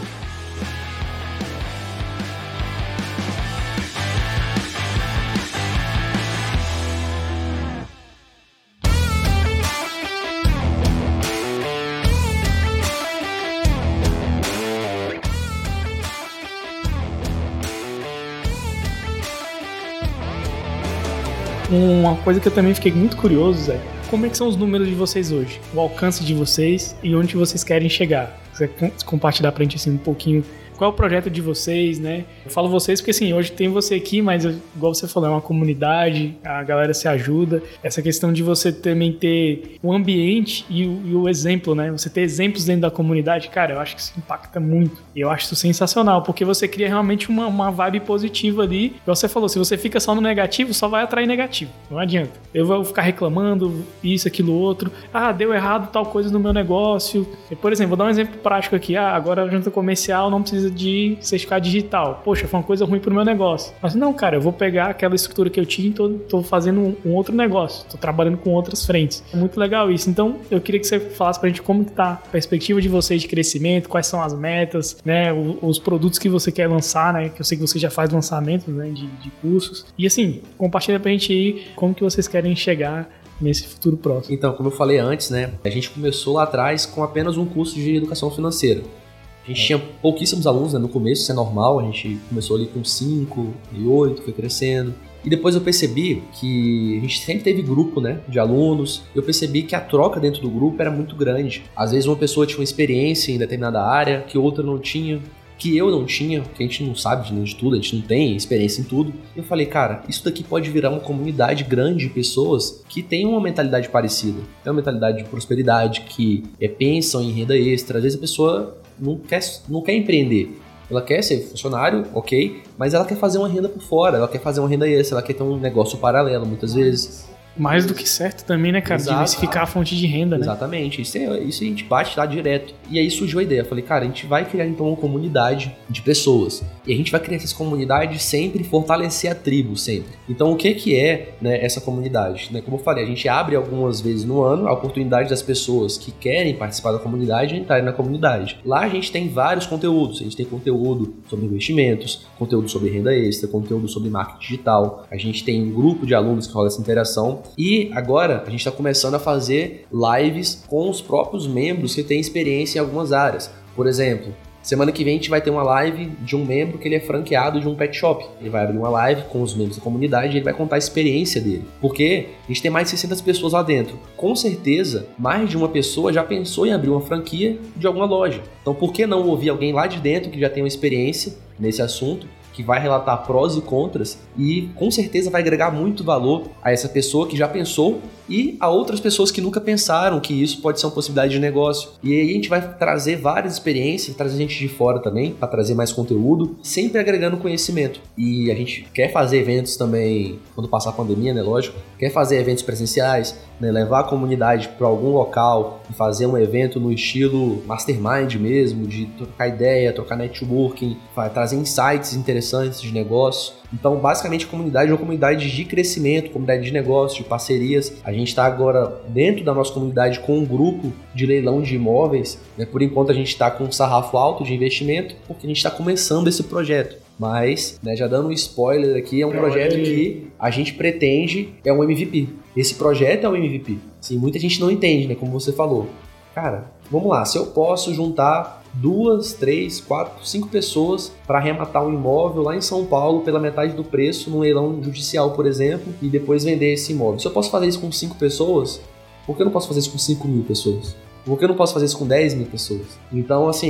[SPEAKER 2] Uma coisa que eu também fiquei muito curioso, Zé, como é que são os números de vocês hoje? O alcance de vocês e onde vocês querem chegar? Você compartilhar pra gente assim, um pouquinho qual é o projeto de vocês, né? Eu falo vocês porque assim, hoje tem você aqui, mas igual você falou, é uma comunidade, a galera se ajuda. Essa questão de você também ter o ambiente e o exemplo, né? Você ter exemplos dentro da comunidade, cara, eu acho que isso impacta muito. E eu acho isso sensacional, porque você cria realmente uma vibe positiva ali. Igual você falou, se você fica só no negativo, só vai atrair negativo. Não adianta. Eu vou ficar reclamando isso, aquilo, outro. Ah, deu errado tal coisa no meu negócio. E, por exemplo, vou dar um exemplo prático aqui. Ah, agora a junta comercial não precisa de certificado digital. Poxa, foi uma coisa ruim pro meu negócio. Mas não, cara, eu vou pegar aquela estrutura que eu tinha e tô fazendo um outro negócio. Tô trabalhando com outras frentes. É muito legal isso. Então, eu queria que você falasse pra gente como que tá a perspectiva de vocês de crescimento, quais são as metas, né, os produtos que você quer lançar, né, que eu sei que você já faz lançamentos, né, de cursos. E assim, compartilha pra gente aí como que vocês querem chegar nesse futuro próximo.
[SPEAKER 1] Então, como eu falei antes, né, a gente começou lá atrás com apenas um curso de educação financeira. A gente tinha pouquíssimos alunos, né, no começo, isso é normal, a gente começou ali com 5 e 8, foi crescendo. E depois eu percebi que a gente sempre teve grupo, né, de alunos. Eu percebi que a troca dentro do grupo era muito grande. Às vezes uma pessoa tinha uma experiência em determinada área que outra não tinha, que eu não tinha, que a gente não sabe de tudo, a gente não tem experiência em tudo. E eu falei, cara, isso daqui pode virar uma comunidade grande de pessoas que têm uma mentalidade parecida. Tem uma mentalidade de prosperidade, que pensam em renda extra. Às vezes a pessoa não quer empreender. Ela quer ser funcionário, ok, mas ela quer fazer uma renda por fora, ela quer fazer uma renda extra, ela quer ter um negócio paralelo, muitas vezes.
[SPEAKER 2] Mais do que certo também, né, cara?
[SPEAKER 1] Exato.
[SPEAKER 2] Diversificar a fonte de renda, né?
[SPEAKER 1] Exatamente. Isso a gente bate lá direto. E aí surgiu a ideia. Eu falei, cara, a gente vai criar então uma comunidade de pessoas. E a gente vai criar essa comunidade sempre fortalecer a tribo, sempre. Então o que é, né, essa comunidade? Né, como eu falei, a gente abre algumas vezes no ano a oportunidade das pessoas que querem participar da comunidade entrarem na comunidade. Lá a gente tem vários conteúdos. A gente tem conteúdo sobre investimentos, conteúdo sobre renda extra, conteúdo sobre marketing digital. A gente tem um grupo de alunos que rola essa interação. E agora a gente está começando a fazer lives com os próprios membros que têm experiência em algumas áreas. Por exemplo, semana que vem a gente vai ter uma live de um membro que ele é franqueado de um pet shop. Ele vai abrir uma live com os membros da comunidade e ele vai contar a experiência dele. Porque a gente tem mais de 600 pessoas lá dentro. Com certeza, mais de uma pessoa já pensou em abrir uma franquia de alguma loja. Então por que não ouvir alguém lá de dentro que já tem uma experiência nesse assunto, que vai relatar prós e contras e com certeza vai agregar muito valor a essa pessoa que já pensou e a outras pessoas que nunca pensaram que isso pode ser uma possibilidade de negócio. E aí a gente vai trazer várias experiências, trazer gente de fora também para trazer mais conteúdo, sempre agregando conhecimento. E a gente quer fazer eventos também, quando passar a pandemia, né, lógico, quer fazer eventos presenciais, né, levar a comunidade para algum local e fazer um evento no estilo mastermind mesmo, de trocar ideia, trocar networking, trazer insights interessantes de negócio. Então, basicamente, a comunidade é uma comunidade de crescimento, comunidade de negócios, de parcerias. A gente está agora dentro da nossa comunidade com um grupo de leilão de imóveis. Né? Por enquanto, a gente está com um sarrafo alto de investimento, porque a gente está começando esse projeto. Mas, né, já dando um spoiler aqui, é um projeto que a gente pretende, é um MVP. Esse projeto é um MVP. Sim, muita gente não entende, né, como você falou. Cara, vamos lá, se eu posso juntar 2, 3, 4, 5 pessoas para arrematar um imóvel lá em São Paulo pela metade do preço num leilão judicial, por exemplo, e depois vender esse imóvel. Se eu posso fazer isso com 5 pessoas, por que eu não posso fazer isso com 5 mil pessoas? Por que eu não posso fazer isso com 10 mil pessoas? Então, assim,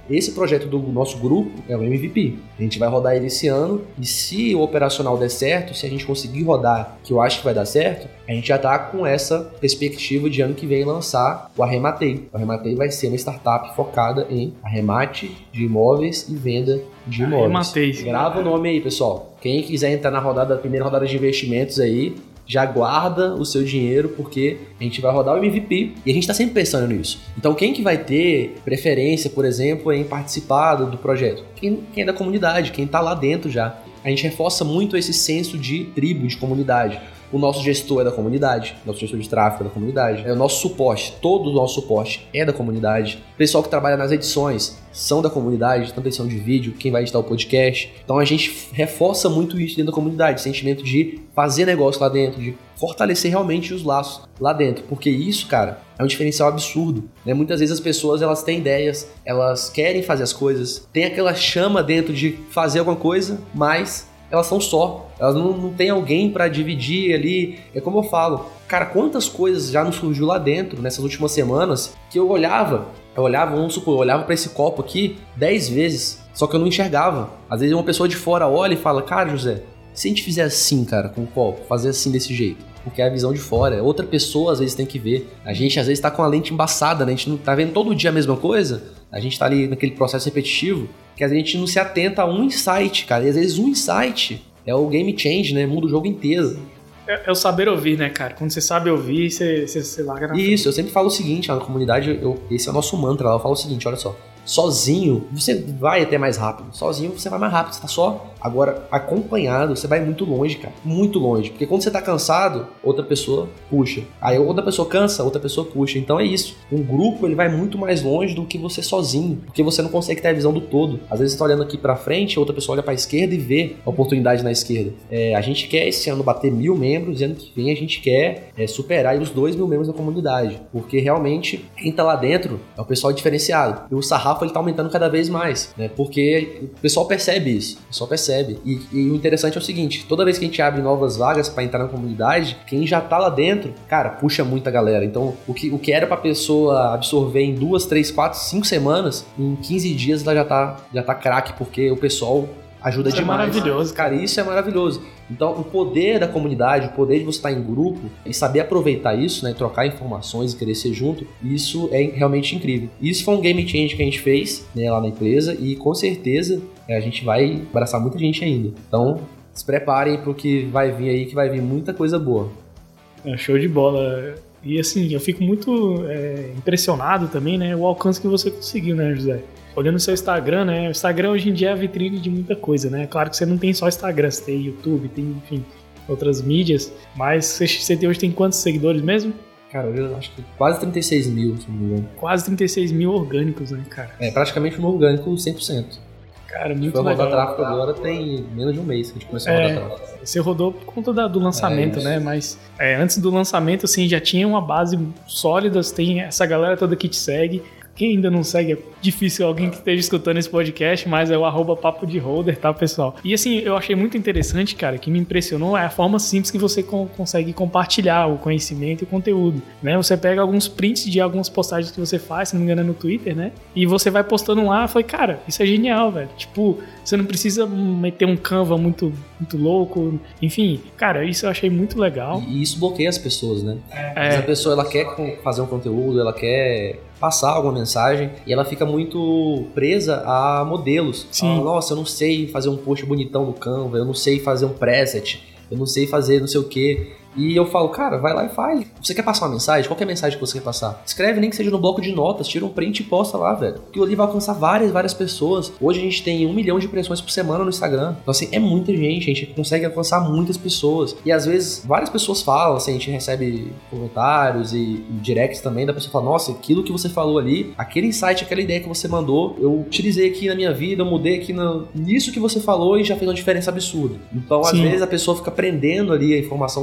[SPEAKER 1] esse projeto do nosso grupo é o MVP. A gente vai rodar ele esse ano e se o operacional der certo, se a gente conseguir rodar, que eu acho que vai dar certo, a gente já tá com essa perspectiva de ano que vem lançar o Arrematei. O Arrematei vai ser uma startup focada em arremate de imóveis e venda de imóveis.
[SPEAKER 2] Arrematei.
[SPEAKER 1] Grava o nome aí, pessoal. Quem quiser entrar na primeira rodada de investimentos aí, já guarda o seu dinheiro, porque a gente vai rodar o MVP e a gente está sempre pensando nisso. Então, quem que vai ter preferência, por exemplo, em participar do projeto? Quem é da comunidade, quem está lá dentro já. A gente reforça muito esse senso de tribo, de comunidade. O nosso gestor é da comunidade, o nosso gestor de tráfego é da comunidade, o nosso suporte, todo o nosso suporte é da comunidade. O pessoal que trabalha nas edições são da comunidade, tanto edição de vídeo, quem vai editar o podcast. Então a gente reforça muito isso dentro da comunidade, sentimento de fazer negócio lá dentro, de fortalecer realmente os laços lá dentro, porque isso, cara, é um diferencial absurdo, né? Muitas vezes as pessoas, elas têm ideias, elas querem fazer as coisas, tem aquela chama dentro de fazer alguma coisa, mas elas são só, elas não tem alguém pra dividir ali. É como eu falo, cara, quantas coisas já nos surgiu lá dentro nessas últimas semanas que eu olhava, vamos supor, eu olhava pra esse copo aqui 10 vezes, só que eu não enxergava. Às vezes uma pessoa de fora olha e fala, cara, José, se a gente fizer assim, cara, com o copo, fazer assim desse jeito, porque é a visão de fora, outra pessoa às vezes tem que ver. A gente às vezes tá com a lente embaçada, né? A gente não tá vendo todo dia a mesma coisa, a gente tá ali naquele processo repetitivo, que a gente não se atenta a um insight, cara. E às vezes um insight é o game change, né? Muda o jogo inteiro.
[SPEAKER 2] É o saber ouvir, né, cara? Quando você sabe ouvir, você larga na frente.
[SPEAKER 1] Isso, eu sempre falo o seguinte, lá na comunidade, esse é o nosso mantra lá, eu falo o seguinte, olha só. Sozinho, você vai até mais rápido. Sozinho, você vai mais rápido, você tá só. Agora, acompanhado, você vai muito longe, cara. Muito longe. Porque quando você tá cansado, outra pessoa puxa. Aí outra pessoa cansa, outra pessoa puxa. Então é isso. Um grupo, ele vai muito mais longe do que você sozinho. Porque você não consegue ter a visão do todo. Às vezes você tá olhando aqui pra frente, outra pessoa olha pra esquerda e vê a oportunidade na esquerda. A gente quer esse ano bater 1.000 membros e ano que vem a gente quer superar aí os 2.000 membros da comunidade. Porque realmente, quem tá lá dentro é o pessoal diferenciado. E o sarrafo, ele tá aumentando cada vez mais, né? Porque o pessoal percebe isso. O pessoal percebe. E o interessante é o seguinte, toda vez que a gente abre novas vagas pra entrar na comunidade, quem já tá lá dentro, cara, puxa muita galera. Então, o que era pra pessoa absorver em 2, 3, 4, 5 semanas, em 15 dias ela já tá craque, porque o pessoal ajuda
[SPEAKER 2] isso
[SPEAKER 1] demais.
[SPEAKER 2] É maravilhoso.
[SPEAKER 1] Cara, isso é maravilhoso. Então, o poder da comunidade, o poder de você estar em grupo e saber aproveitar isso, né, trocar informações e crescer junto, isso é realmente incrível. Isso foi um game change que a gente fez, né, lá na empresa e com certeza a gente vai abraçar muita gente ainda. Então, se preparem para o que vai vir aí, que vai vir muita coisa boa.
[SPEAKER 2] Show de bola. E assim, eu fico muito impressionado também, né, o alcance que você conseguiu, né, José? Olhando o seu Instagram, né? O Instagram hoje em dia é a vitrine de muita coisa, né? Claro que você não tem só Instagram, você tem YouTube, tem, enfim, outras mídias. Mas você hoje tem quantos seguidores mesmo?
[SPEAKER 1] Cara, eu acho que quase 36 mil, se não me engano.
[SPEAKER 2] Quase 36 mil orgânicos, né, cara?
[SPEAKER 1] Praticamente um orgânico 100%.
[SPEAKER 2] Cara, muito
[SPEAKER 1] legal. Foi rodar tráfego agora
[SPEAKER 2] tem
[SPEAKER 1] tem menos de um mês que a gente começou a rodar tráfego.
[SPEAKER 2] Você rodou por conta do lançamento, né? Mas antes do lançamento, assim, já tinha uma base sólida, tem essa galera toda que te segue. Quem ainda não segue, é difícil alguém que esteja escutando esse podcast, mas é o @papo de holder, tá, pessoal? E assim, eu achei muito interessante, cara, que me impressionou é a forma simples que você consegue compartilhar o conhecimento e o conteúdo, né? Você pega alguns prints de algumas postagens que você faz, se não me engano é no Twitter, né? E você vai postando lá, eu falei, cara, isso é genial, velho. Tipo, você não precisa meter um Canva muito, muito louco, enfim, cara, isso eu achei muito legal.
[SPEAKER 1] E isso bloqueia as pessoas, né? A pessoa, ela quer fazer um conteúdo, ela quer passar alguma mensagem e ela fica muito presa a modelos.
[SPEAKER 2] Sim.
[SPEAKER 1] Ela, nossa, eu não sei fazer um post bonitão no Canva, eu não sei fazer um preset, eu não sei fazer não sei o que. E eu falo, cara, vai lá e faz. Você quer passar uma mensagem? Qual que é a mensagem que você quer passar? Escreve nem que seja no bloco de notas, tira um print e posta lá, velho. Aquilo ali vai alcançar várias pessoas. Hoje a gente tem 1 milhão de impressões por semana no Instagram. Então, assim, é muita gente. A gente consegue alcançar muitas pessoas. E às vezes, várias pessoas falam, assim, a gente recebe comentários e directs também da pessoa fala, nossa, aquilo que você falou ali, aquele insight, aquela ideia que você mandou, eu utilizei aqui na minha vida, eu mudei aqui nisso que você falou e já fez uma diferença absurda. Então, às vezes, a pessoa fica aprendendo ali a informação com ela,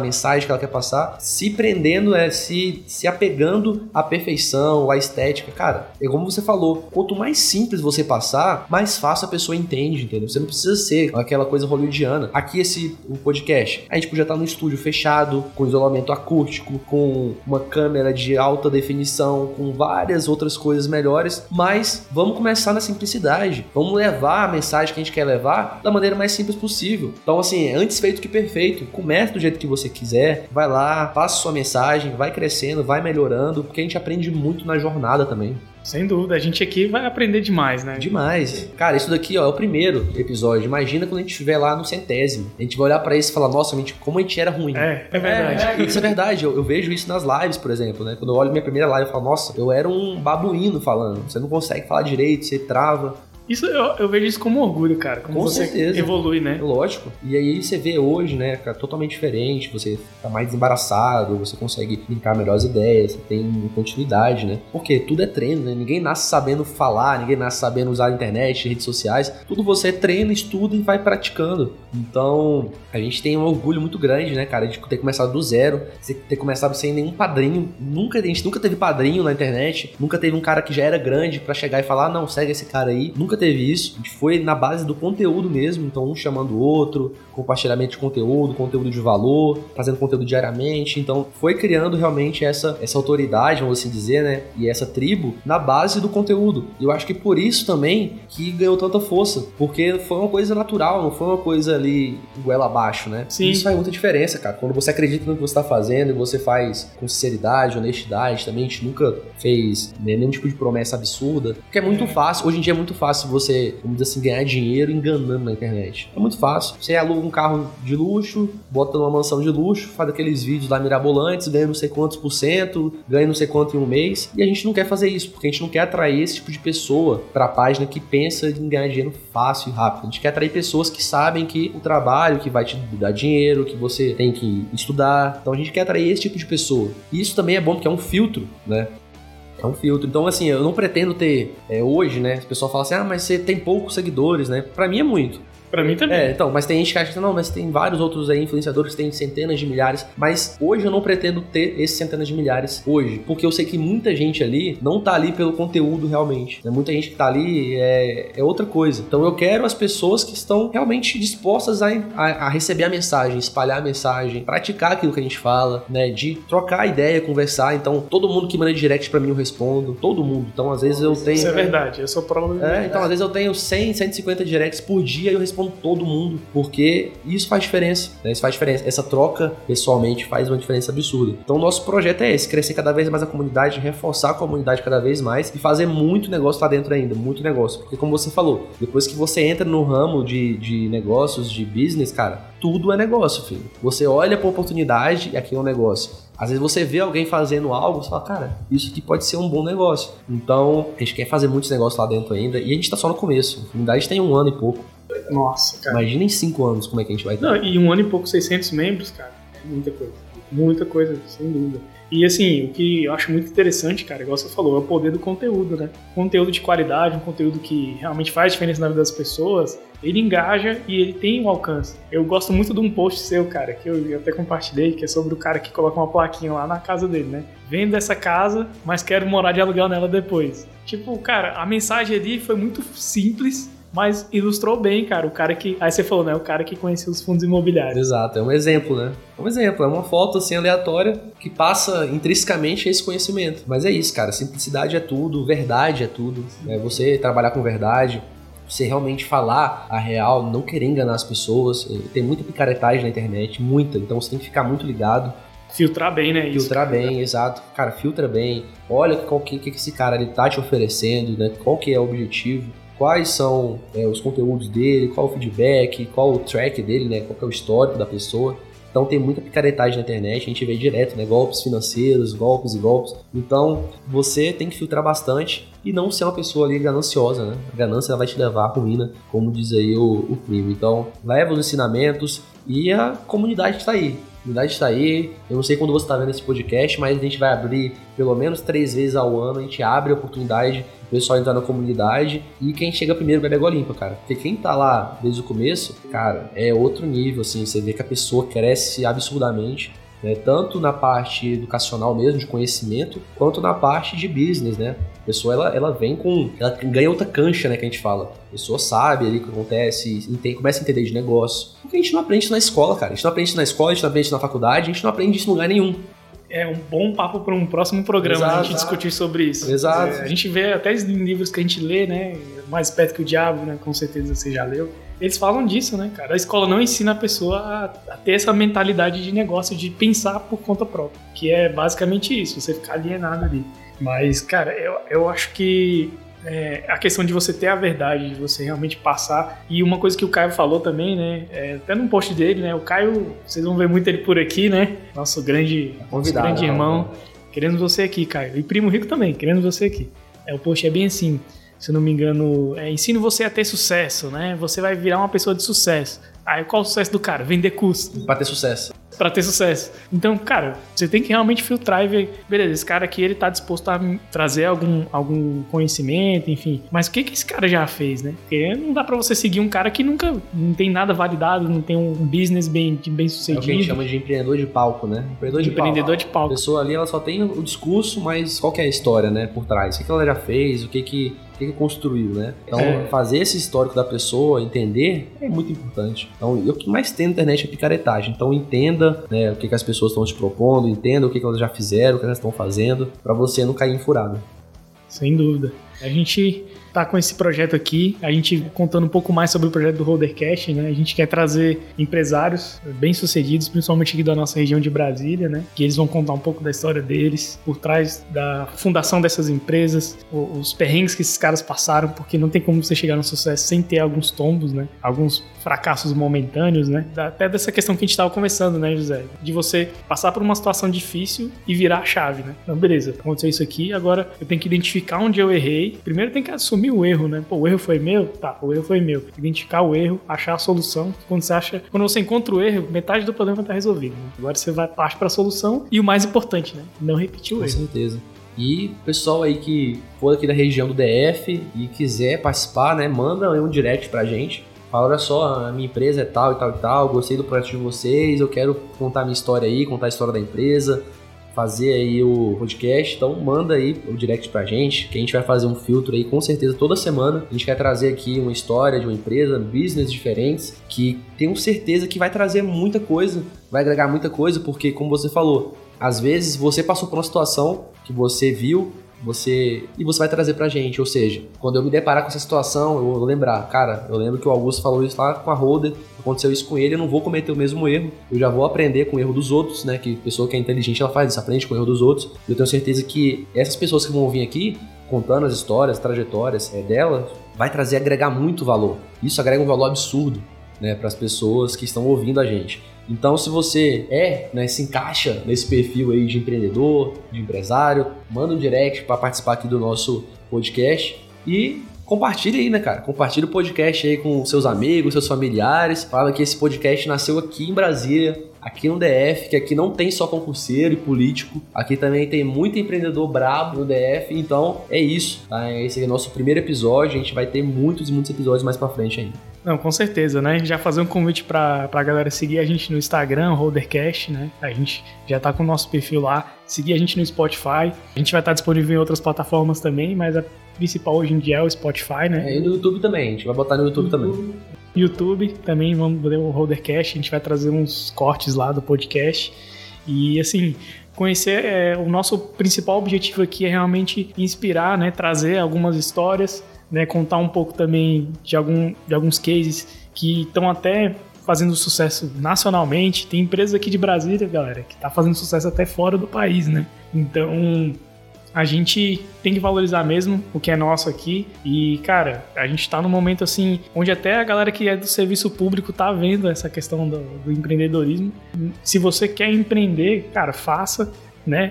[SPEAKER 1] mensagem que ela quer passar, se prendendo, se apegando à perfeição, à estética. Cara, é como você falou, quanto mais simples você passar, mais fácil a pessoa entende, entendeu? Você não precisa ser aquela coisa hollywoodiana. Aqui o podcast, a gente podia estar num estúdio fechado, com isolamento acústico, com uma câmera de alta definição, com várias outras coisas melhores, mas vamos começar na simplicidade. Vamos levar a mensagem que a gente quer levar da maneira mais simples possível. Então, assim, antes feito que perfeito. Comece do jeito que você quiser, vai lá, faça sua mensagem, vai crescendo, vai melhorando, porque a gente aprende muito na jornada também.
[SPEAKER 2] Sem dúvida, a gente aqui vai aprender demais, né?
[SPEAKER 1] Demais. Cara, isso daqui, ó, é o primeiro episódio. Imagina quando a gente estiver lá no 100º. A gente vai olhar pra isso e falar, nossa, como a gente era ruim.
[SPEAKER 2] É verdade.
[SPEAKER 1] Isso é verdade. Eu vejo isso nas lives, por exemplo, né? Quando eu olho minha primeira live, eu falo, nossa, eu era um babuíno falando. Você não consegue falar direito, você trava.
[SPEAKER 2] Isso eu vejo isso como orgulho, cara. Como
[SPEAKER 1] com
[SPEAKER 2] você
[SPEAKER 1] certeza.
[SPEAKER 2] Evolui, né?
[SPEAKER 1] Lógico. E aí você vê hoje, né, cara, totalmente diferente. Você tá mais desembaraçado, você consegue linkar melhor as ideias, você tem continuidade, né? Porque tudo é treino, né? Ninguém nasce sabendo falar, ninguém nasce sabendo usar a internet, redes sociais. Tudo você treina, estuda e vai praticando. Então, a gente tem um orgulho muito grande, né, cara, de ter começado do zero, de ter começado sem nenhum padrinho. A gente nunca teve padrinho na internet, nunca teve um cara que já era grande pra chegar e falar, não, segue esse cara aí. Nunca teve isso, a gente foi na base do conteúdo mesmo, então um chamando o outro, compartilhamento de conteúdo de valor, fazendo conteúdo diariamente, então foi criando realmente essa autoridade, vamos assim dizer, né, e essa tribo na base do conteúdo. E eu acho que por isso também que ganhou tanta força, porque foi uma coisa natural, não foi uma coisa ali goela abaixo, né?
[SPEAKER 2] Sim.
[SPEAKER 1] Isso faz muita diferença, cara, quando você acredita no que você tá fazendo e você faz com sinceridade, honestidade, também a gente nunca fez nenhum tipo de promessa absurda, porque é muito fácil, hoje em dia é muito fácil você, vamos dizer assim, ganhar dinheiro enganando na internet. É muito fácil. Você aluga um carro de luxo, bota numa mansão de luxo, faz aqueles vídeos lá mirabolantes, ganha não sei quantos %, ganha não sei quanto em um mês, e a gente não quer fazer isso, porque a gente não quer atrair esse tipo de pessoa pra página que pensa em ganhar dinheiro fácil e rápido. A gente quer atrair pessoas que sabem que o trabalho que vai te dar dinheiro, que você tem que estudar. Então a gente quer atrair esse tipo de pessoa. E isso também é bom, porque é um filtro, né? É um filtro. Então, assim, eu não pretendo ter hoje, né? O pessoal fala assim, mas você tem poucos seguidores, né? Pra mim é muito.
[SPEAKER 2] Pra mim também.
[SPEAKER 1] Então, mas tem gente que acha que não, mas tem vários outros aí, influenciadores que têm centenas de milhares, mas hoje eu não pretendo ter esses centenas de milhares hoje, porque eu sei que muita gente ali não tá ali pelo conteúdo realmente, né? Muita gente que tá ali é outra coisa. Então eu quero as pessoas que estão realmente dispostas a receber a mensagem, espalhar a mensagem, praticar aquilo que a gente fala, né? De trocar ideia, conversar. Então todo mundo que manda direct pra mim eu respondo, todo mundo. Então às vezes eu tenho...
[SPEAKER 2] Isso é verdade, eu sou prova.
[SPEAKER 1] Então às vezes eu tenho 100, 150 directs por dia e eu respondo todo mundo, porque isso faz diferença, né? Isso faz diferença. Essa troca, pessoalmente, faz uma diferença absurda. Então, o nosso projeto é esse, crescer cada vez mais a comunidade, reforçar a comunidade cada vez mais e fazer muito negócio lá dentro ainda, muito negócio. Porque, como você falou, depois que você entra no ramo de negócios, de business, cara, tudo é negócio, filho. Você olha pra oportunidade e aqui é um negócio. Às vezes você vê alguém fazendo algo, você fala, cara, isso aqui pode ser um bom negócio. Então, a gente quer fazer muitos negócios lá dentro ainda e a gente tá só no começo. A comunidade tem 1 ano e pouco.
[SPEAKER 2] Nossa, cara.
[SPEAKER 1] Imagina em 5 anos como é que a gente vai estar.
[SPEAKER 2] Não, e 1 ano e pouco, 600 membros, cara, é muita coisa. Muita coisa, sem dúvida. E assim, o que eu acho muito interessante, cara, igual você falou, é o poder do conteúdo, né? Conteúdo de qualidade, um conteúdo que realmente faz diferença na vida das pessoas, ele engaja e ele tem um alcance. Eu gosto muito de um post seu, cara, que eu até compartilhei, que é sobre o cara que coloca uma plaquinha lá na casa dele, né? Vendo essa casa, mas quero morar de aluguel nela depois. Tipo, cara, a mensagem ali foi muito simples, mas ilustrou bem, cara, o cara que... Aí você falou, né? O cara que conhecia os fundos imobiliários.
[SPEAKER 1] Exato, é um exemplo, né? É um exemplo, é uma foto assim aleatória que passa intrinsecamente esse conhecimento. Mas é isso, cara, simplicidade é tudo, verdade é tudo. É você trabalhar com verdade, você realmente falar a real, não querer enganar as pessoas. Tem muita picaretagem na internet, muita, então você tem que ficar muito ligado.
[SPEAKER 2] Filtrar bem, né?
[SPEAKER 1] Filtrar bem, exato. Cara, filtra bem. Olha o que esse cara ele tá te oferecendo, né? Qual que é o objetivo. Quais são os conteúdos dele, qual o feedback, qual o track dele, né? Qual que é o histórico da pessoa. Então tem muita picaretagem na internet, a gente vê direto, né? Golpes financeiros, golpes e golpes. Então você tem que filtrar bastante e não ser uma pessoa ali gananciosa, né? A ganância ela vai te levar à ruína, como diz aí o primo. Então leva os ensinamentos e a comunidade está aí. A comunidade está aí, eu não sei quando você está vendo esse podcast, mas a gente vai abrir pelo menos 3 vezes ao ano, a gente abre a oportunidade do pessoal entrar na comunidade e quem chega primeiro bebe água limpa, cara. Porque quem tá lá desde o começo, cara, é outro nível, assim, você vê que a pessoa cresce absurdamente né? Tanto na parte educacional mesmo, de conhecimento, quanto na parte de business, né? A pessoa, ela vem com... Ela ganha outra cancha, né, que a gente fala. A pessoa sabe ali o que acontece, começa a entender de negócio. Porque a gente não aprende isso na escola, cara. A gente não aprende isso na escola, a gente não aprende isso na faculdade, a gente não aprende isso em lugar nenhum.
[SPEAKER 2] É um bom papo para um próximo programa, a gente discutir sobre isso.
[SPEAKER 1] Exato.
[SPEAKER 2] A gente vê até em livros que a gente lê, né? Mais Perto que o Diabo, né? Com certeza você já leu. Eles falam disso, né, cara? A escola não ensina a pessoa a ter essa mentalidade de negócio, de pensar por conta própria. Que é basicamente isso, você ficar alienado ali. Mas, cara, eu acho que a questão de você ter a verdade, de você realmente passar. E uma coisa que o Caio falou também, né? Até num post dele, né? O Caio, vocês vão ver muito ele por aqui, né? Nosso grande irmão. Querendo você aqui, Caio. E Primo Rico também, querendo você aqui. O post é bem assim, se eu não me engano, ensino você a ter sucesso, né? Você vai virar uma pessoa de sucesso. Aí qual o sucesso do cara? Vender curso.
[SPEAKER 1] Pra ter sucesso.
[SPEAKER 2] Pra ter sucesso. Então, cara, você tem que realmente filtrar e ver, beleza, esse cara aqui, ele tá disposto a trazer algum conhecimento, enfim. Mas o que esse cara já fez, né? Porque não dá pra você seguir um cara que nunca não tem nada validado, não tem um business bem sucedido.
[SPEAKER 1] É o que a gente chama de empreendedor de palco, né? Empreendedor de palco. A pessoa ali, ela só tem o discurso, mas qual que é a história, né, por trás? O que ela já fez, o que construiu, né? Então, fazer esse histórico da pessoa, entender, é muito importante. Então, e o que mais tem na internet é picaretagem. Então, entenda, né, o que as pessoas estão te propondo, entenda o que elas já fizeram, o que elas estão fazendo, para você não cair em furada.
[SPEAKER 2] Sem dúvida. A gente tá com esse projeto aqui, a gente contando um pouco mais sobre o projeto do Holdercast, né? A gente quer trazer empresários bem-sucedidos, principalmente aqui da nossa região de Brasília, né? Que eles vão contar um pouco da história deles, por trás da fundação dessas empresas, os perrengues que esses caras passaram, porque não tem como você chegar no sucesso sem ter alguns tombos, né? Alguns fracassos momentâneos, né? Até dessa questão que a gente tava conversando, né, José? De você passar por uma situação difícil e virar a chave, né? Então, beleza, aconteceu isso aqui, agora eu tenho que identificar onde eu errei. Primeiro tem que assumir o erro, né? Pô, o erro foi meu? Tá, o erro foi meu. Identificar o erro, achar a solução. Quando você encontra o erro, metade do problema tá resolvido, né? Agora você vai parte pra solução e o mais importante, né? Não repetir o erro.
[SPEAKER 1] Com certeza. E o pessoal aí que for aqui da região do DF e quiser participar, né? Manda aí um direct pra gente. Fala, olha só, a minha empresa é tal e tal e tal, gostei do projeto de vocês, eu quero contar a minha história aí, contar a história da empresa, fazer aí o podcast, então manda aí o direct pra gente, que a gente vai fazer um filtro aí com certeza toda semana. A gente quer trazer aqui uma história de uma empresa, business diferentes, que tenho certeza que vai trazer muita coisa, vai agregar muita coisa, porque como você falou, às vezes você passou por uma situação que você viu, e você vai trazer pra gente, ou seja, quando eu me deparar com essa situação, eu vou lembrar, cara, eu lembro que o Augusto falou isso lá com a Holder, aconteceu isso com ele, eu não vou cometer o mesmo erro, eu já vou aprender com o erro dos outros, né, que pessoa que é inteligente, ela faz isso, aprende com o erro dos outros, e eu tenho certeza que essas pessoas que vão vir aqui, contando as histórias, as trajetórias delas, vai agregar muito valor, isso agrega um valor absurdo, né, para as pessoas que estão ouvindo a gente. Então, se você se encaixa nesse perfil aí de empreendedor, de empresário, manda um direct para participar aqui do nosso podcast e compartilha aí, né, cara? Compartilha o podcast aí com seus amigos, seus familiares. Fala que esse podcast nasceu aqui em Brasília, aqui no DF, que aqui não tem só concurseiro e político, aqui também tem muito empreendedor brabo no DF, então é isso, tá? Esse é o nosso primeiro episódio, a gente vai ter muitos e muitos episódios mais pra frente ainda.
[SPEAKER 2] Não, com certeza, né? Já fazer um convite pra galera seguir a gente no Instagram, Holdercast, né? A gente já tá com o nosso perfil lá, seguir a gente no Spotify, a gente vai estar disponível em outras plataformas também, mas a principal hoje em dia é o Spotify, né?
[SPEAKER 1] E no YouTube também, a gente vai botar no YouTube também.
[SPEAKER 2] YouTube também, vamos ver o Holdercast, a gente vai trazer uns cortes lá do podcast e assim, conhecer o nosso principal objetivo aqui é realmente inspirar, né, trazer algumas histórias, né, contar um pouco também de alguns cases que estão até fazendo sucesso nacionalmente. Tem empresas aqui de Brasília, galera, que tá fazendo sucesso até fora do país, né? Então a gente tem que valorizar mesmo o que é nosso aqui e, cara, a gente tá num momento assim, onde até a galera que é do serviço público tá vendo essa questão do empreendedorismo. Se você quer empreender, cara, faça, né?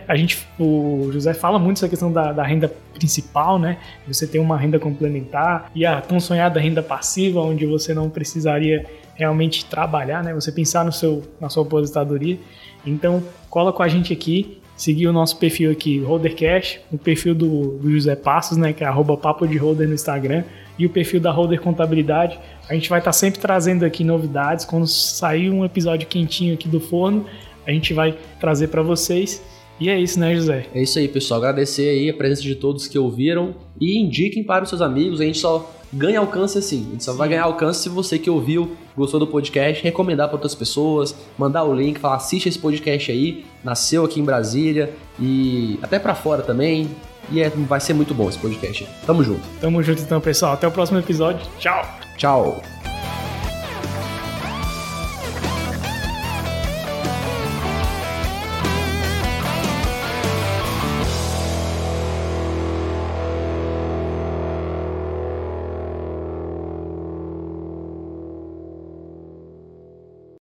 [SPEAKER 2] O José fala muito essa questão da renda principal, né? Você tem uma renda complementar e a tão sonhada renda passiva, onde você não precisaria realmente trabalhar, né? Você pensar na sua aposentadoria. Então, cola com a gente aqui. Seguir o nosso perfil aqui, Holdercast, o perfil do José Passos, né, que é @papo de Holder no Instagram, e o perfil da Holder Contabilidade. A gente vai estar sempre trazendo aqui novidades. Quando sair um episódio quentinho aqui do forno, a gente vai trazer para vocês. E é isso, né, José?
[SPEAKER 1] É isso aí, pessoal. Agradecer aí a presença de todos que ouviram e indiquem para os seus amigos. A gente só ganha alcance assim. A gente só vai ganhar alcance se você que ouviu, gostou do podcast, recomendar para outras pessoas, mandar o link, falar, assiste esse podcast aí, nasceu aqui em Brasília e até para fora também. E vai ser muito bom esse podcast. Tamo junto.
[SPEAKER 2] Tamo junto então, pessoal. Até o próximo episódio. Tchau!
[SPEAKER 1] Tchau!